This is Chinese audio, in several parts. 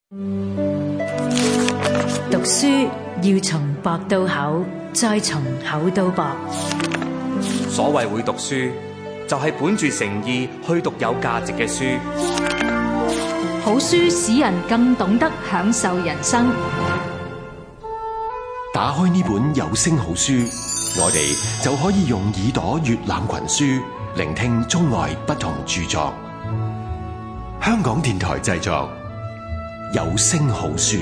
讀書要從薄到厚，再從厚到薄。 所謂會讀書，就係本住誠意去讀有價值嘅書。 好書使人更懂得享受人生。 打開呢本有聲好書，我哋就可以用耳朵閱覽群書，聆聽中外不同著作。香港電台製作，有聲好書。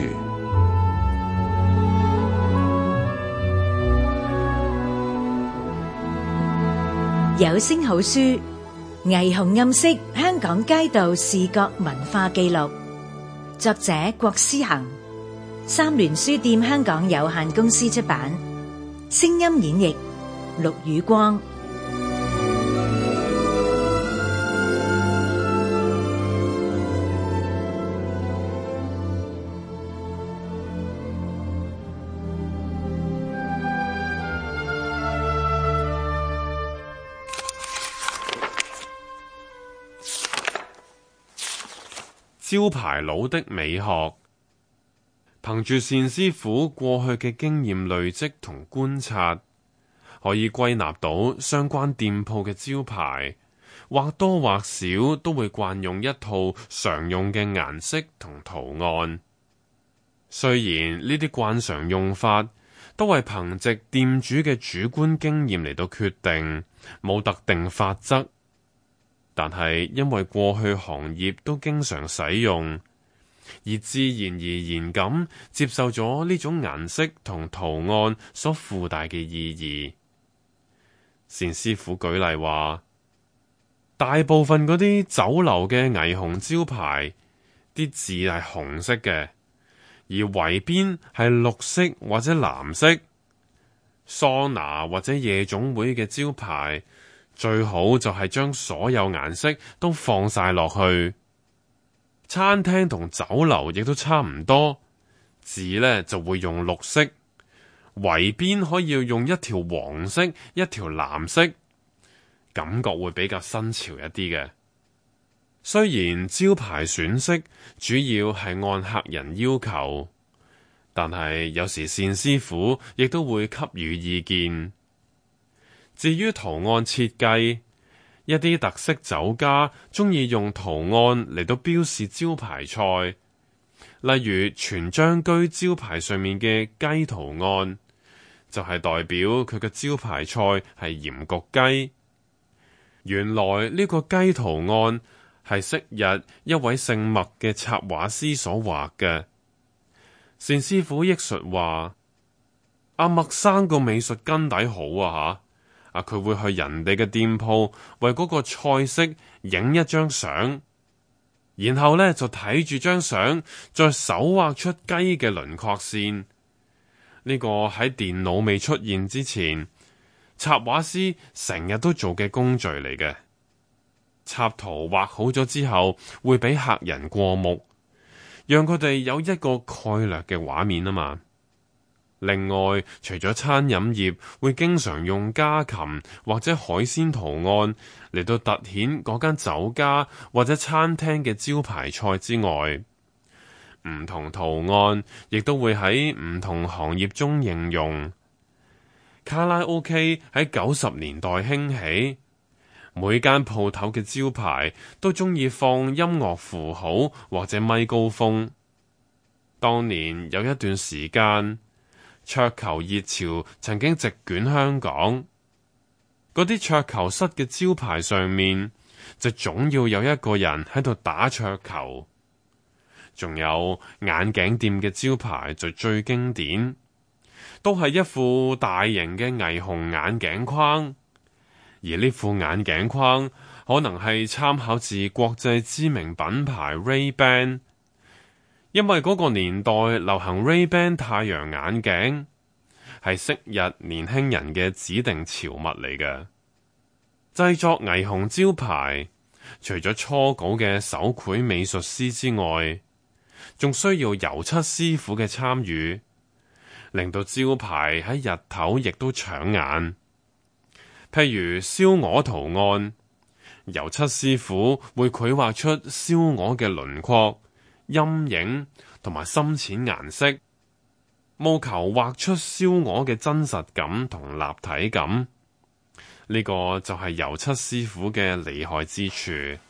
有聲好書，霓虹暗色香港街道視覺文化記錄，作者郭思恒，三聯書店香港有限公司出版，聲音演繹陸宇光。 招牌佬的美學，憑住單師傅過去嘅經驗累積同觀察，可以歸納到相關店鋪嘅招牌或多或少都會慣用一套常用嘅顏色同圖案。雖然呢啲慣常用法都係憑藉店主嘅主觀經驗嚟到決定，冇特定法則。但係因為過去行業都經常使用，而自然而然咁接受咗呢種顏色同圖案所附帶嘅意義。單師傅舉例話，大部分嗰啲酒樓嘅霓虹招牌，啲字係紅色嘅，而圍邊係綠色或者藍色。桑拿或者夜總會嘅招牌，最好就係將所有顏色都放晒落去。餐廳同酒樓亦都差唔多，字呢就會用綠色，圍邊可以用一條黃色一條藍色，感覺會比較新潮一啲嘅。雖然招牌選色主要係按客人要求，但係有時單師傅亦都會給予意見。至於圖案設計，一啲特色酒家鍾意用圖案嚟到標示招牌菜，例如全章居招牌上面嘅雞圖案，就係代表佢嘅招牌菜係鹽焗雞。原來呢個雞圖案係昔日一位姓麥嘅插畫師所畫嘅。單師傅憶述話：阿麥生個美術根底好啊吓，佢會去人哋嘅店鋪為嗰個菜式影一張相，然後呢就睇住張相，再手畫出雞嘅輪廓線。呢個喺電腦未出現之前，插畫師成日都做嘅工序嚟嘅。插圖畫好咗之後，會俾客人過目，讓佢哋有一個概略嘅畫面啊嘛。另外，除咗餐飲業會經常用家禽或者海鮮圖案嚟到凸顯嗰間酒家或者餐廳嘅招牌菜之外，唔同圖案亦都會喺唔同行業中應用。卡拉 OK 喺90年代興起，每間鋪頭嘅招牌都鍾意放音樂符號或者咪高峰。當年有一段時間，桌球熱潮曾經席捲香港，嗰啲桌球室嘅招牌上面就總要有一個人喺度打桌球。仲有眼鏡店嘅招牌就最經典，都係一副大型嘅霓虹眼鏡框，而呢副眼鏡框可能係參考自國際知名品牌 Ray-Ban。因為嗰個年代流行 Ray-Ban 太陽眼鏡，係昔日年輕人嘅指定潮物嚟嘅。製作霓虹招牌，除咗初稿嘅手繪美術師之外，仲需要油漆師傅嘅參與，令到招牌喺日頭亦都搶眼。譬如燒鵝圖案，油漆師傅會繪畫出燒鵝嘅輪廓、陰影同埋深淺顏色，務求畫出燒鵝嘅真實感同立體感。呢個就係油漆師傅嘅厲害之處。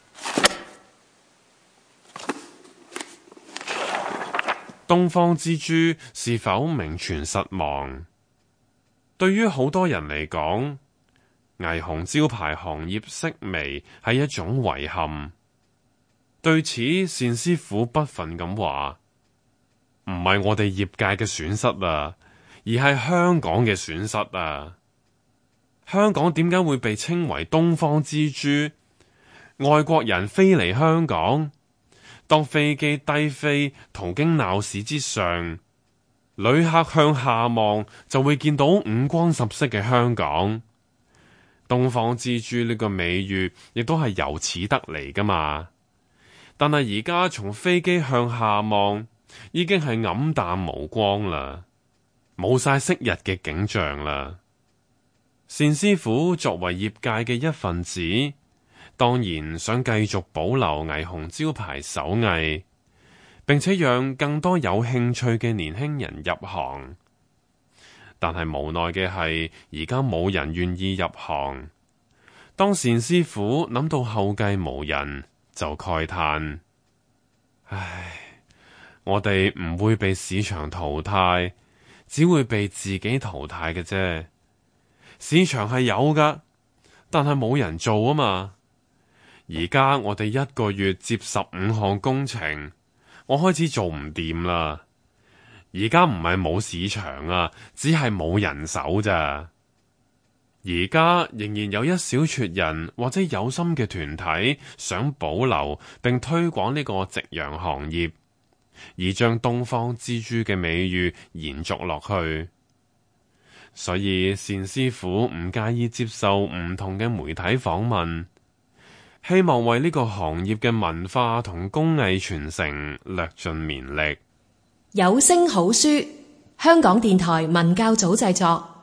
東方之珠是否名存實亡？對於好多人嚟講，霓虹招牌行業式微係一種遺憾。對此，單師傅不忿咁話：唔係我哋業界嘅損失啊，而係香港嘅損失啊！香港點解會被稱為東方之珠？外國人飛嚟香港，當飛機低飛途經鬧市之上，旅客向下望就會見到五光十色嘅香港。東方之珠呢個美譽亦都係由此得嚟噶嘛。但係而家從飛機向下望，已經係黯淡無光啦，冇晒昔日嘅景象啦。單師傅作為業界嘅一份子，當然想繼續保留霓虹招牌手藝，並且讓更多有興趣嘅年輕人入行。但係無奈嘅係，而家冇人願意入行。當單師傅諗到後繼無人，就慨嘆：唉，我哋唔會被市場淘汰，只會被自己淘汰嘅啫。市場係有噶，但係冇人做啊嘛。而家我哋一個月接15項工程，我開始做唔掂啦。而家唔係冇市場啊，只係冇人手咋。而家仍然有一小撮人或者有心嘅團體想保留並推廣呢個夕陽行業，而將東方之珠嘅美譽延續落去。所以單師傅唔介意接受唔同嘅媒體訪問，希望為呢個行業嘅文化同工藝傳承略盡綿力。 有聲好書，香港電台文教組製作。